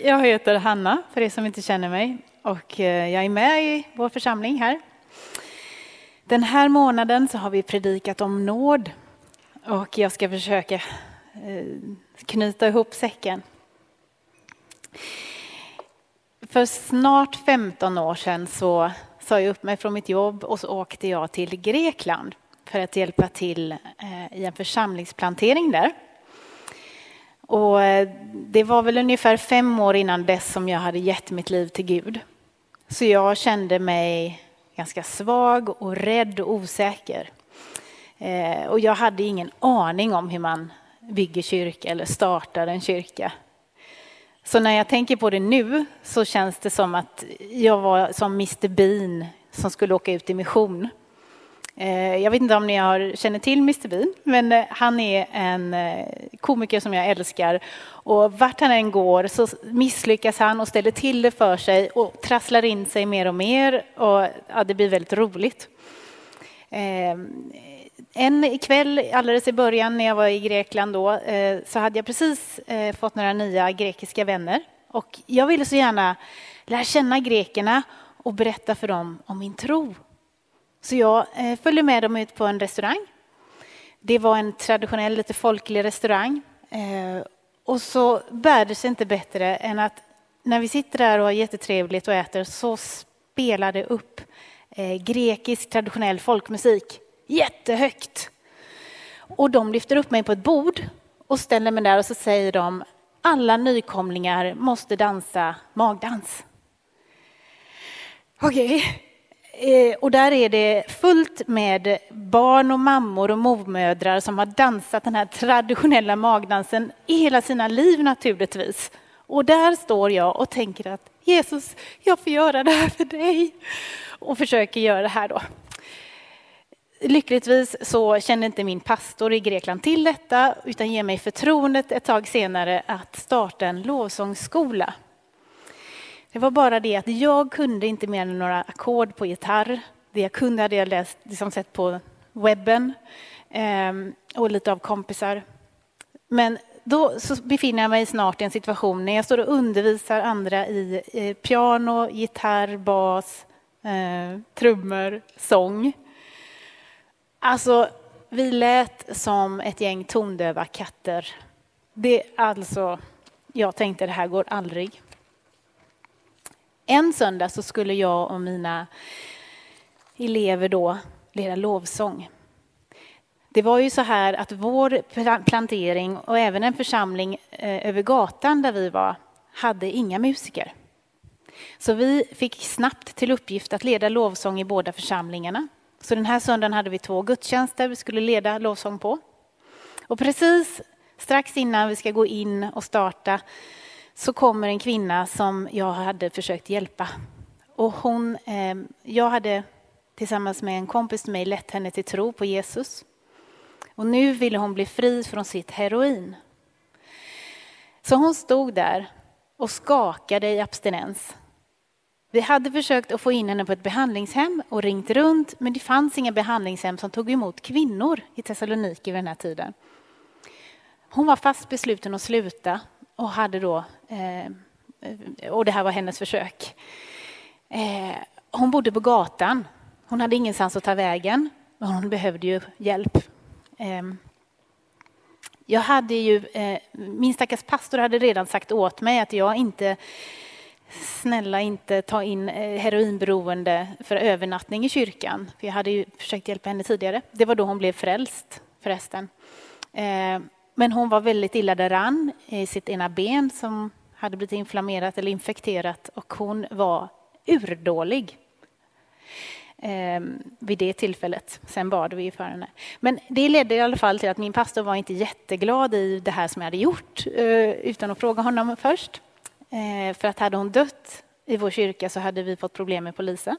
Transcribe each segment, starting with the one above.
jag heter Hanna för er som inte känner mig och jag är med i vår församling här. Den här månaden så har vi predikat om nåd och jag ska försöka knyta ihop säcken. För snart 15 år sedan så sa jag upp mig från mitt jobb och så åkte jag till Grekland för att hjälpa till i en församlingsplantering där. Och det var väl ungefär 5 år innan dess som jag hade gett mitt liv till Gud. Så jag kände mig ganska svag och rädd och osäker. Och jag hade ingen aning om hur man bygger kyrka eller startar en kyrka. Så när jag tänker på det nu så känns det som att jag var som Mr. Bean som skulle åka ut i mission. Jag vet inte om ni känner till Mr. Bean, men han är en komiker som jag älskar. Och vart han än går så misslyckas han och ställer till det för sig och trasslar in sig mer och mer. Och ja, det blir väldigt roligt. En kväll alldeles i början när jag var i Grekland då, så hade jag precis fått några nya grekiska vänner. Och jag ville så gärna lära känna grekerna och berätta för dem om min tro. Så jag följde med dem ut på en restaurang. Det var en traditionell, lite folklig restaurang. Och så bär det sig inte bättre än att när vi sitter där och har jättetrevligt och äter så spelar det upp grekisk traditionell folkmusik jättehögt. Och de lyfter upp mig på ett bord och ställer mig där och så säger de: alla nykomlingar måste dansa magdans. Okej. Och där är det fullt med barn och mammor och mormödrar som har dansat den här traditionella magdansen i hela sina liv naturligtvis. Och där står jag och tänker att Jesus, jag får göra det här för dig. Och försöker göra det här då. Lyckligtvis så kände inte min pastor i Grekland till detta utan ger mig förtroendet ett tag senare att starta en lovsångsskola. Det var bara det att jag kunde inte mer än några ackord på gitarr. Det jag kunde hade jag läst, liksom sett på webben och lite av kompisar. Men då så befinner jag mig snart i en situation när jag står och undervisar andra i piano, gitarr, bas, trummor, sång. Alltså, vi lät som ett gäng tondöva katter. Jag tänkte det här går aldrig. En söndag så skulle jag och mina elever då leda lovsång. Det var ju så här att vår plantering och även en församling över gatan där vi var hade inga musiker. Så vi fick snabbt till uppgift att leda lovsång i båda församlingarna. Så den här söndagen hade vi 2 gudstjänster vi skulle leda lovsång på. Och precis strax innan vi ska gå in och starta så kommer en kvinna som jag hade försökt hjälpa. Och jag hade tillsammans med en kompis till mig lett henne till tro på Jesus. Och nu ville hon bli fri från sitt heroin. Så hon stod där och skakade i abstinens. Vi hade försökt att få in henne på ett behandlingshem och ringt runt, men det fanns inga behandlingshem som tog emot kvinnor i Thessaloniki vid den här tiden. Hon var fast besluten att sluta och hade då, och det här var hennes försök. Hon bodde på gatan. Hon hade ingenstans att ta vägen och hon behövde ju hjälp. Min stackars pastor hade redan sagt åt mig att jag inte ta in heroinberoende för övernattning i kyrkan. För jag hade ju försökt hjälpa henne tidigare. Det var då hon blev frälst förresten. Men hon var väldigt illa däran i sitt ena ben som hade blivit inflammerat eller infekterat. Och hon var urdålig vid det tillfället. Sen bad vi för henne. Men det ledde i alla fall till att min pastor var inte jätteglad i det här som jag hade gjort. Utan att fråga honom först. För att hade hon dött i vår kyrka så hade vi fått problem med polisen.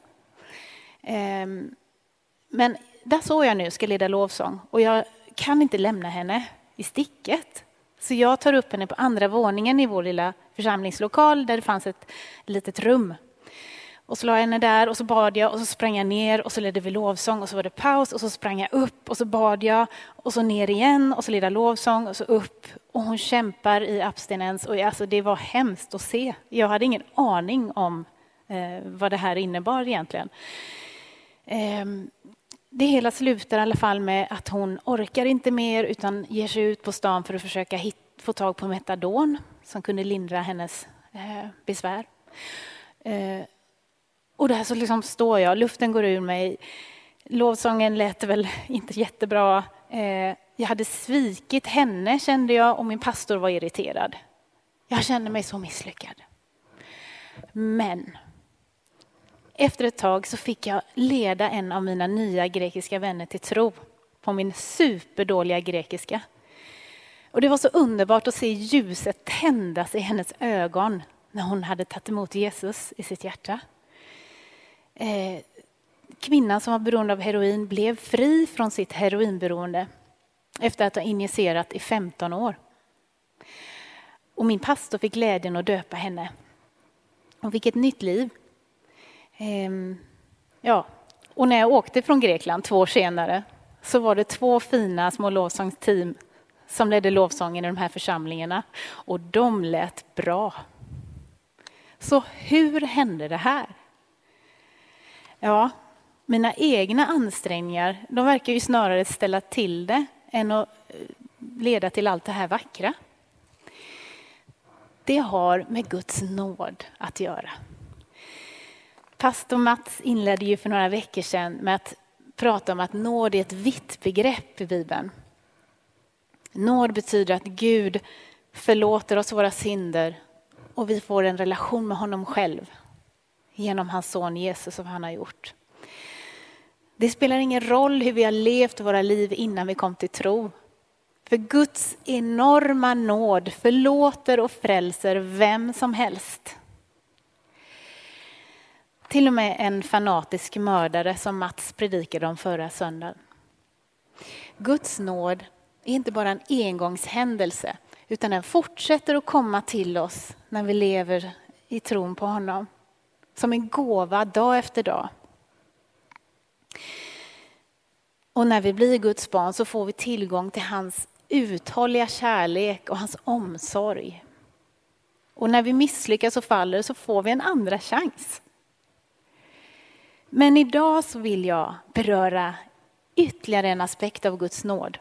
Men där såg jag nu ska leda lovsång. Och jag kan inte lämna henne i sticket. Så jag tar upp henne på andra våningen i vår lilla församlingslokal där det fanns ett litet rum. Och så la jag henne där och så bad jag och så sprang jag ner och så ledde vi lovsång och så var det paus och så sprang jag upp och så bad jag och så ner igen och så ledde lovsång och så upp. Och hon kämpar i abstinens och alltså det var hemskt att se. Jag hade ingen aning om vad det här innebar egentligen. Det hela slutar i alla fall med att hon orkar inte mer utan ger sig ut på stan för att försöka få tag på metadon som kunde lindra hennes besvär. Och där så liksom står jag, luften går ur mig. Lovsången lät väl inte jättebra. Jag hade svikit henne kände jag och min pastor var irriterad. Jag kände mig så misslyckad. Men efter ett tag så fick jag leda en av mina nya grekiska vänner till tro på min superdåliga grekiska. Och det var så underbart att se ljuset tändas i hennes ögon när hon hade tagit emot Jesus i sitt hjärta. Kvinnan som var beroende av heroin blev fri från sitt heroinberoende efter att ha injicerat i 15 år. Och min pastor fick glädjen att döpa henne. Och vilket nytt liv. Och när jag åkte från Grekland 2 år senare så var det 2 fina små lovsångsteam som ledde lovsången i de här församlingarna. Och de lät bra. Så hur hände det här? Ja, mina egna ansträngningar, de verkar ju snarare ställa till det än att leda till allt det här vackra. Det har med Guds nåd att göra. Pastor Mats inledde ju för några veckor sedan med att prata om att nåd är ett vitt begrepp i Bibeln. Nåd betyder att Gud förlåter oss våra synder och vi får en relation med honom själv genom hans son Jesus som han har gjort. Det spelar ingen roll hur vi har levt våra liv innan vi kom till tro. För Guds enorma nåd förlåter och frälser vem som helst. Till och med en fanatisk mördare som Mats predikade om förra söndagen. Guds nåd är inte bara en engångshändelse utan den fortsätter att komma till oss när vi lever i tron på honom. Som en gåva dag efter dag. Och när vi blir Guds barn så får vi tillgång till hans uthålliga kärlek och hans omsorg. Och när vi misslyckas och faller så får vi en andra chans. Men idag så vill jag beröra ytterligare en aspekt av Guds nåd.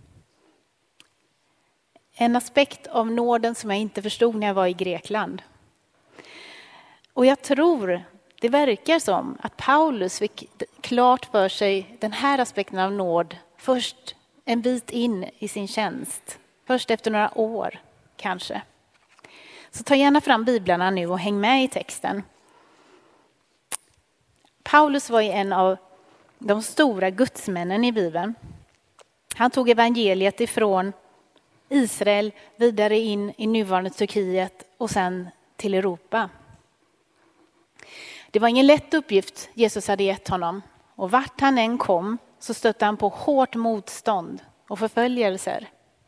En aspekt av nåden som jag inte förstod när jag var i Grekland. Och jag tror, det verkar som att Paulus fick klart för sig den här aspekten av nåd först en bit in i sin tjänst. Först efter några år kanske. Så ta gärna fram biblarna nu och häng med i texten. Paulus var ju en av de stora gudsmännen i Bibeln. Han tog evangeliet ifrån Israel vidare in i nuvarande Turkiet och sen till Europa. Det var ingen lätt uppgift Jesus hade gett honom. Och vart han än kom så stötte han på hårt motstånd och förföljelser.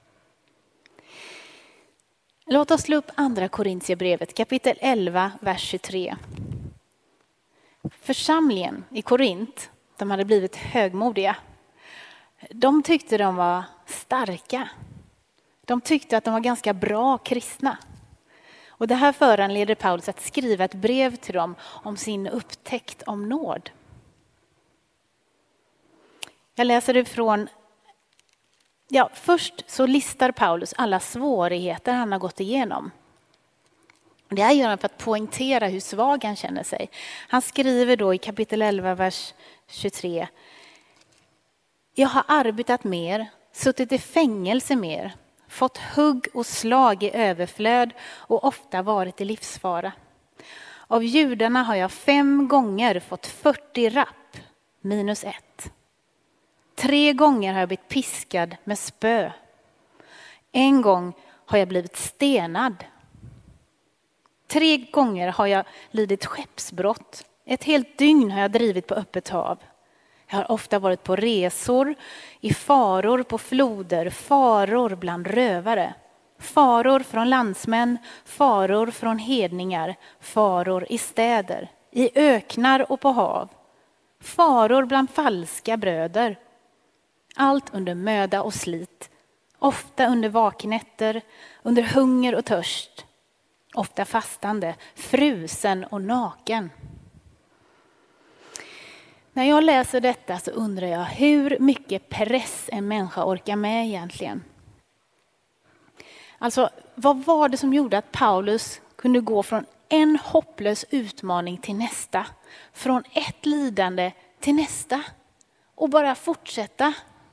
Låt oss slå upp andra Korintierbrevet kapitel 11, vers 23. Församlingen i Korint, de hade blivit högmodiga. De tyckte de var starka. De tyckte att de var ganska bra kristna. Och det här föranleder Paulus att skriva ett brev till dem om sin upptäckt om nåd. Jag läser ifrån, först så listar Paulus alla svårigheter han har gått igenom. Det här gör han för att poängtera hur svag han känner sig. Han skriver då i kapitel 11, vers 23. Jag har arbetat mer, suttit i fängelse mer, fått hugg och slag i överflöd och ofta varit i livsfara. Av judarna har jag 5 gånger fått 40 rapp, minus 1. 3 gånger har jag blivit piskad med spö. 1 gång har jag blivit stenad. 3 gånger har jag lidit skeppsbrott. Ett helt dygn har jag drivit på öppet hav. Jag har ofta varit på resor, i faror på floder, faror bland rövare. Faror från landsmän, faror från hedningar, faror i städer, i öknar och på hav, faror bland falska bröder. Allt under möda och slit, ofta under vaknätter, under hunger och törst, ofta fastande, frusen och naken. När jag läser detta så undrar jag hur mycket press en människa orkar med egentligen. Alltså, vad var det som gjorde att Paulus kunde gå från en hopplös utmaning till nästa, från ett lidande till nästa och bara fortsätta?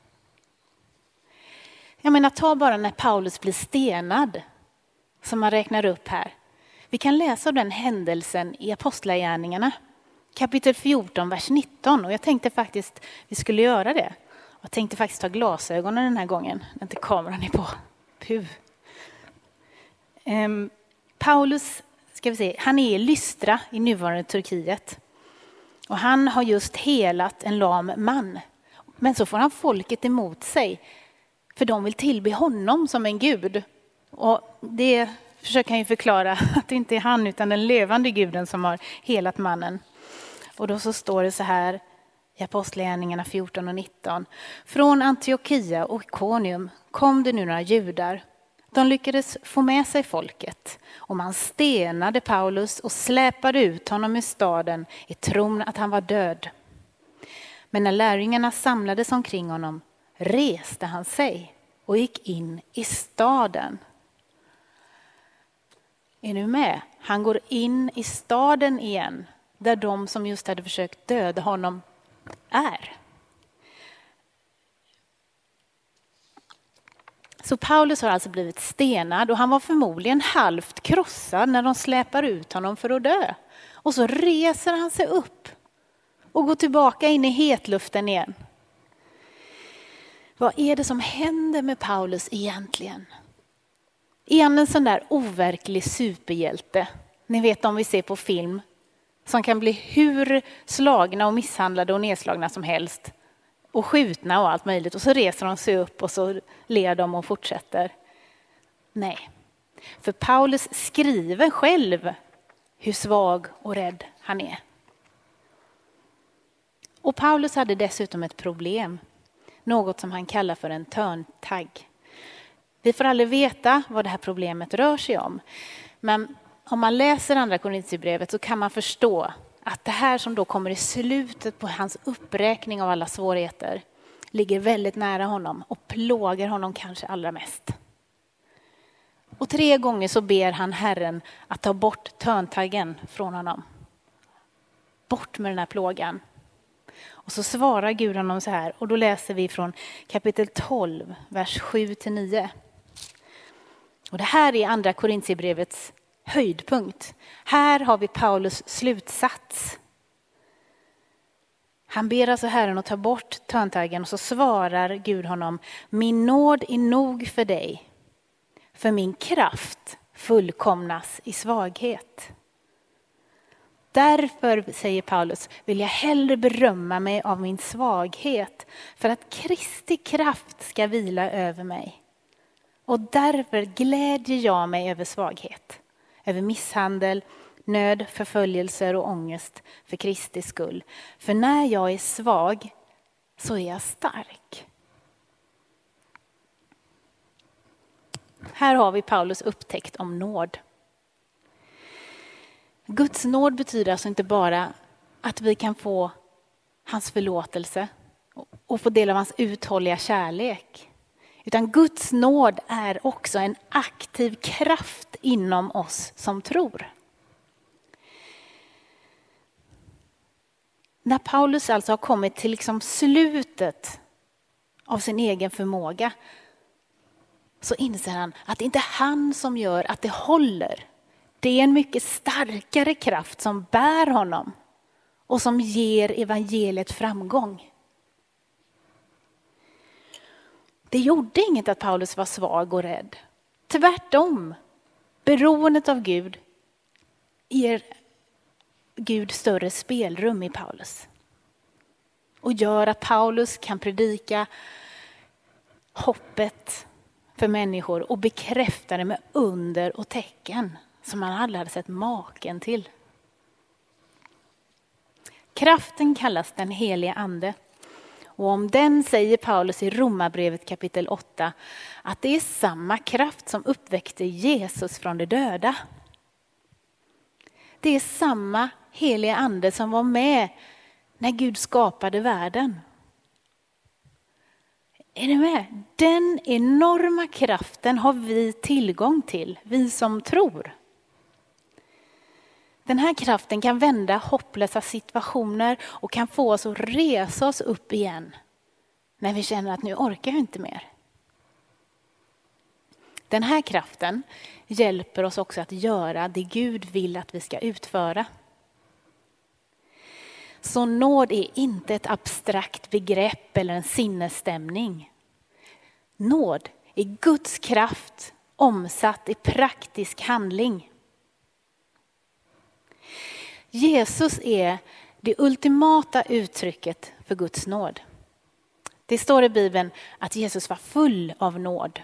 Jag menar, ta bara när Paulus blir stenad, som man räknar upp här. Vi kan läsa om den händelsen i Apostlagärningarna, kapitel 14, vers 19. Och jag tänkte faktiskt vi skulle göra det. Jag tänkte faktiskt ta glasögonen den här gången, när inte kameran är på. Puh. Paulus, ska vi se, han är i Lystra i nuvarande Turkiet. Och han har just helat en lam man. Men så får han folket emot sig. För de vill tillbe honom som en gud. Och det försöker han ju förklara att det inte är han utan den levande guden som har helat mannen. Och då så står det så här i Apostlagärningarna 14 och 19. Från Antiochia och Ikonium kom det nu några judar. De lyckades få med sig folket och man stenade Paulus och släpade ut honom ur staden i tron att han var död. Men när lärjungarna samlades omkring honom reste han sig och gick in i staden. Är du med? Han går in i staden igen, där de som just hade försökt döda honom är. Så Paulus har alltså blivit stenad och han var förmodligen halvt krossad när de släpar ut honom för att dö. Och så reser han sig upp och går tillbaka in i hetluften igen. Vad är det som händer med Paulus egentligen? Är han en sån där overklig superhjälte? Ni vet om vi ser på film som kan bli hur slagna och misshandlade och nedslagna som helst. Och skjutna och allt möjligt. Och så reser de sig upp och så ler de och fortsätter. Nej. För Paulus skriver själv hur svag och rädd han är. Och Paulus hade dessutom ett problem. Något som han kallar för en törntagg. Vi får aldrig veta vad det här problemet rör sig om. Men om man läser andra Korinthierbrevet så kan man förstå att det här som då kommer i slutet på hans uppräkning av alla svårigheter ligger väldigt nära honom och plågar honom kanske allra mest. Och 3 gånger så ber han Herren att ta bort törntaggen från honom. Bort med den här plågan. Och så svarar Gud honom så här, och då läser vi från kapitel 12, vers 7-9. Och det här är andra Korinthierbrevets höjdpunkt. Här har vi Paulus slutsats. Han ber alltså Herren att ta bort törntaggen och så svarar Gud honom: min nåd är nog för dig, för min kraft fullkomnas i svaghet. Därför, säger Paulus, vill jag hellre berömma mig av min svaghet för att Kristi kraft ska vila över mig. Och därför glädjer jag mig över svaghet, över misshandel, nöd, förföljelser och ångest för Kristi skull. För när jag är svag så är jag stark. Här har vi Paulus upptäckt om nåd. Guds nåd betyder alltså inte bara att vi kan få hans förlåtelse och få del av hans uthålliga kärlek. Utan Guds nåd är också en aktiv kraft inom oss som tror. När Paulus alltså har kommit till liksom slutet av sin egen förmåga så inser han att det inte är han som gör att det håller. Det är en mycket starkare kraft som bär honom och som ger evangeliet framgång. Det gjorde inget att Paulus var svag och rädd. Tvärtom, beroendet av Gud ger Gud större spelrum i Paulus. Och gör att Paulus kan predika hoppet för människor och bekräfta det med under och tecken som man aldrig hade sett maken till. kraften kallas den heliga ande. Och om den säger Paulus i Romarbrevet kapitel 8 att det är samma kraft som uppväckte Jesus från de döda. Det är samma heliga ande som var med när Gud skapade världen. Är ni med? Den enorma kraften har vi tillgång till, vi som tror. Den här kraften kan vända hopplösa situationer och kan få oss att resa oss upp igen när vi känner att nu orkar jag inte mer. Den här kraften hjälper oss också att göra det Gud vill att vi ska utföra. Så nåd är inte ett abstrakt begrepp eller en sinnesstämning. Nåd är Guds kraft omsatt i praktisk handling. Jesus är det ultimata uttrycket för Guds nåd. Det står i Bibeln att Jesus var full av nåd.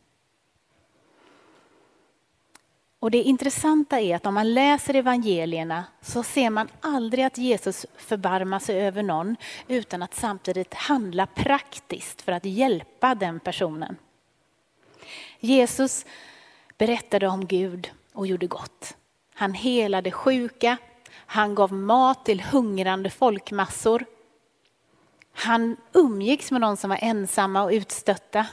Och det intressanta är att om man läser evangelierna så ser man aldrig att Jesus förbarmar sig över någon utan att samtidigt handla praktiskt för att hjälpa den personen. Jesus berättade om Gud och gjorde gott. Han helade sjuka, han gav mat till hungrande folkmassor. Han umgicks med någon som var ensamma och utstötta.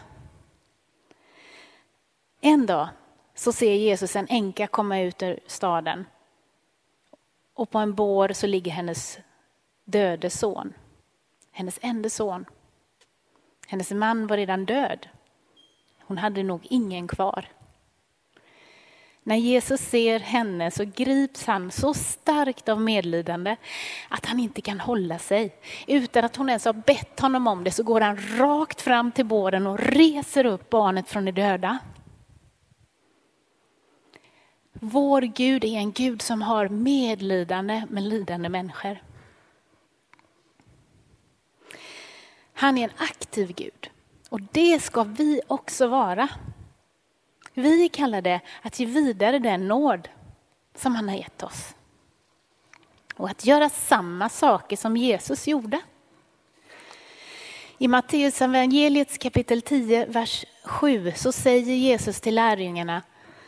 En dag så ser Jesus en änka komma ut ur staden. Och på en bår så ligger hennes döde son. Hennes enda son. Hennes man var redan död. Hon hade nog ingen kvar. När Jesus ser henne så grips han så starkt av medlidande att han inte kan hålla sig. Utan att hon ens har bett honom om det så går han rakt fram till båren och reser upp barnet från de döda. Vår Gud är en Gud som har medlidande med lidande människor. Han är en aktiv Gud och det ska vi också vara. Vi kallar det att ge vidare den nåd som han har gett oss. Och att göra samma saker som Jesus gjorde. I Matteus evangeliets kapitel 10, vers 7 så säger Jesus till lärjungarna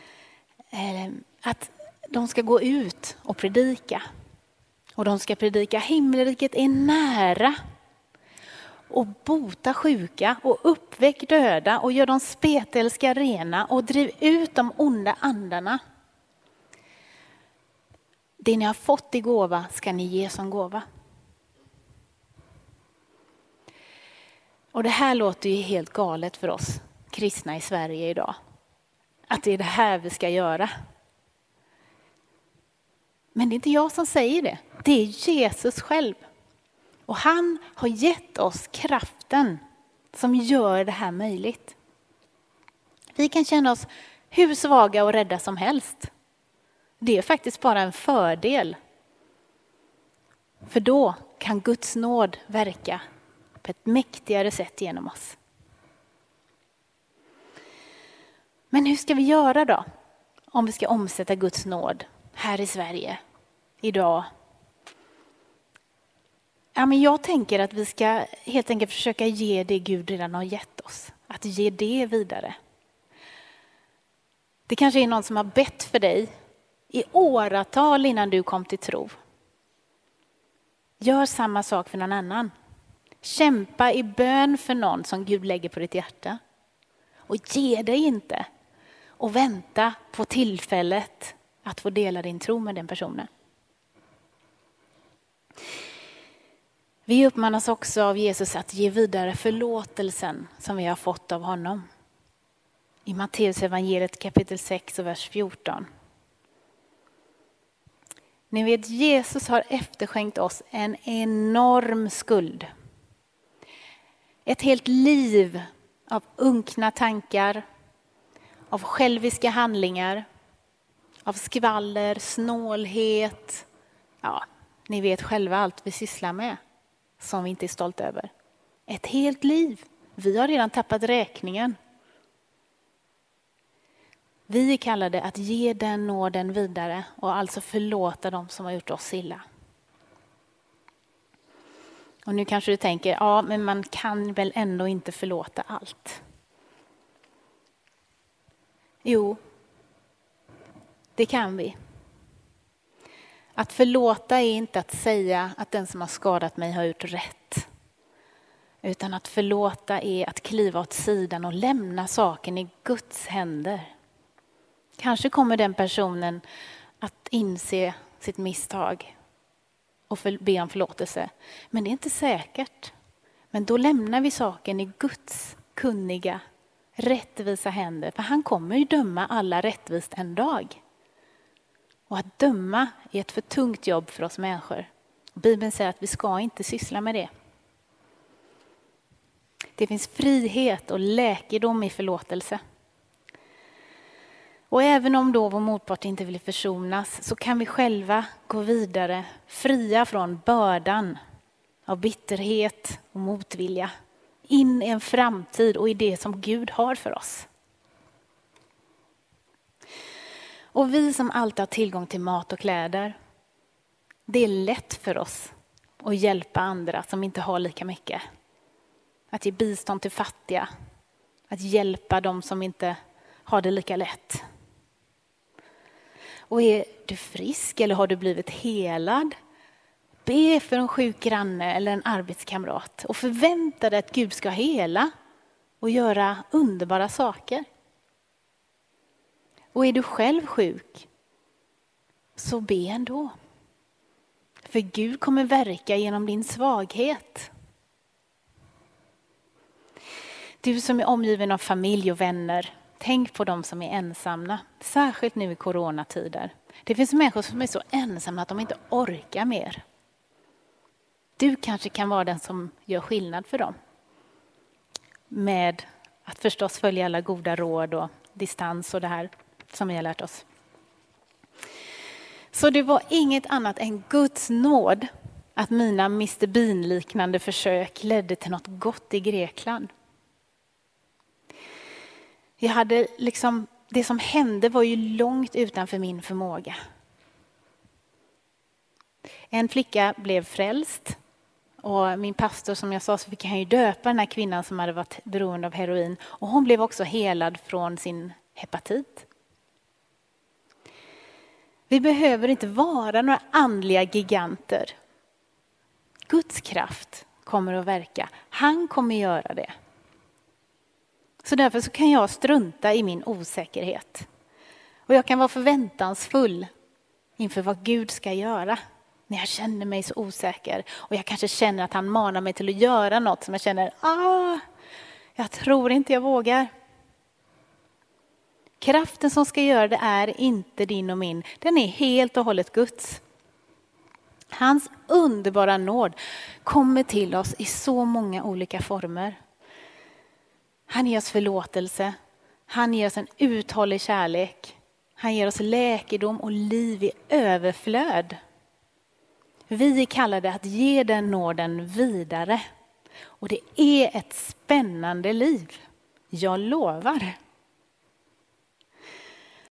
att de ska gå ut och predika. Och de ska predika himmelriket är nära. Och bota sjuka och uppväck döda och gör de spetälska rena och driv ut de onda andarna. Det ni har fått i gåva ska ni ge som gåva. Och det här låter ju helt galet för oss kristna i Sverige idag. Att det är det här vi ska göra. Men det är inte jag som säger det. Det är Jesus själv. Och han har gett oss kraften som gör det här möjligt. Vi kan känna oss hur svaga och rädda som helst. Det är faktiskt bara en fördel. För då kan Guds nåd verka på ett mäktigare sätt genom oss. Men hur ska vi göra då? Om vi ska omsätta Guds nåd här i Sverige idag. Ja, men jag tänker att vi ska helt enkelt försöka ge det Gud redan har gett oss. Att ge det vidare. Det kanske är någon som har bett för dig i åratal innan du kom till tro. Gör samma sak för någon annan. Kämpa i bön för någon som Gud lägger på ditt hjärta. Och ge dig inte. Och vänta på tillfället att få dela din tro med den personen. Vi uppmanas också av Jesus att ge vidare förlåtelsen som vi har fått av honom. I Matteus evangeliet kapitel 6 och vers 14. Ni vet, Jesus har efterskänkt oss en enorm skuld. Ett helt liv av unkna tankar, av själviska handlingar, av skvaller, snålhet. Ja, ni vet själva allt vi sysslar med som vi inte är stolta över. Ett helt liv. Vi har redan tappat räkningen. Vi är kallade att ge den nåden vidare och alltså förlåta dem som har gjort oss illa. Och nu kanske du tänker, ja men man kan väl ändå inte förlåta allt. Jo, det kan vi. Att förlåta är inte att säga att den som har skadat mig har gjort rätt. Utan att förlåta är att kliva åt sidan och lämna saken i Guds händer. Kanske kommer den personen att inse sitt misstag och be om förlåtelse. Men det är inte säkert. Men då lämnar vi saken i Guds kunniga, rättvisa händer. För han kommer ju döma alla rättvist en dag. Och att döma är ett för tungt jobb för oss människor. Bibeln säger att vi ska inte syssla med det. Det finns frihet och läkedom i förlåtelse. Och även om då vår motpart inte vill försonas så kan vi själva gå vidare fria från bördan av bitterhet och motvilja in i en framtid och i det som Gud har för oss. Och vi som alltid har tillgång till mat och kläder, det är lätt för oss att hjälpa andra som inte har lika mycket. Att ge bistånd till fattiga, att hjälpa dem som inte har det lika lätt. Och är du frisk eller har du blivit helad? Be för en sjuk granne eller en arbetskamrat och förvänta dig att Gud ska hela och göra underbara saker. Och är du själv sjuk, så be ändå. För Gud kommer verka genom din svaghet. Du som är omgiven av familj och vänner, tänk på dem som är ensamma. Särskilt nu i coronatider. Det finns människor som är så ensamma att de inte orkar mer. Du kanske kan vara den som gör skillnad för dem. Med att förstås följa alla goda råd och distans och det här som vi har lärt oss. Så det var inget annat än Guds nåd att mina Mr. Bean-liknande försök ledde till något gott i Grekland. Det som hände var ju långt utanför min förmåga. En flicka blev frälst och min pastor, som jag sa, så fick han ju döpa den här kvinnan som hade varit beroende av heroin. Och hon blev också helad från sin hepatit. Vi behöver inte vara några andliga giganter. Guds kraft kommer att verka. Han kommer göra det. Så därför så kan jag strunta i min osäkerhet. Och jag kan vara förväntansfull inför vad Gud ska göra. När jag känner mig så osäker. Och jag kanske känner att han manar mig till att göra något som jag känner, jag tror inte jag vågar. Kraften som ska göra det är inte din och min. Den är helt och hållet Guds. Hans underbara nåd kommer till oss i så många olika former. Han ger oss förlåtelse. Han ger oss en uthållig kärlek. Han ger oss läkedom och liv i överflöd. Vi är kallade att ge den nåden vidare. Och det är ett spännande liv. Jag lovar.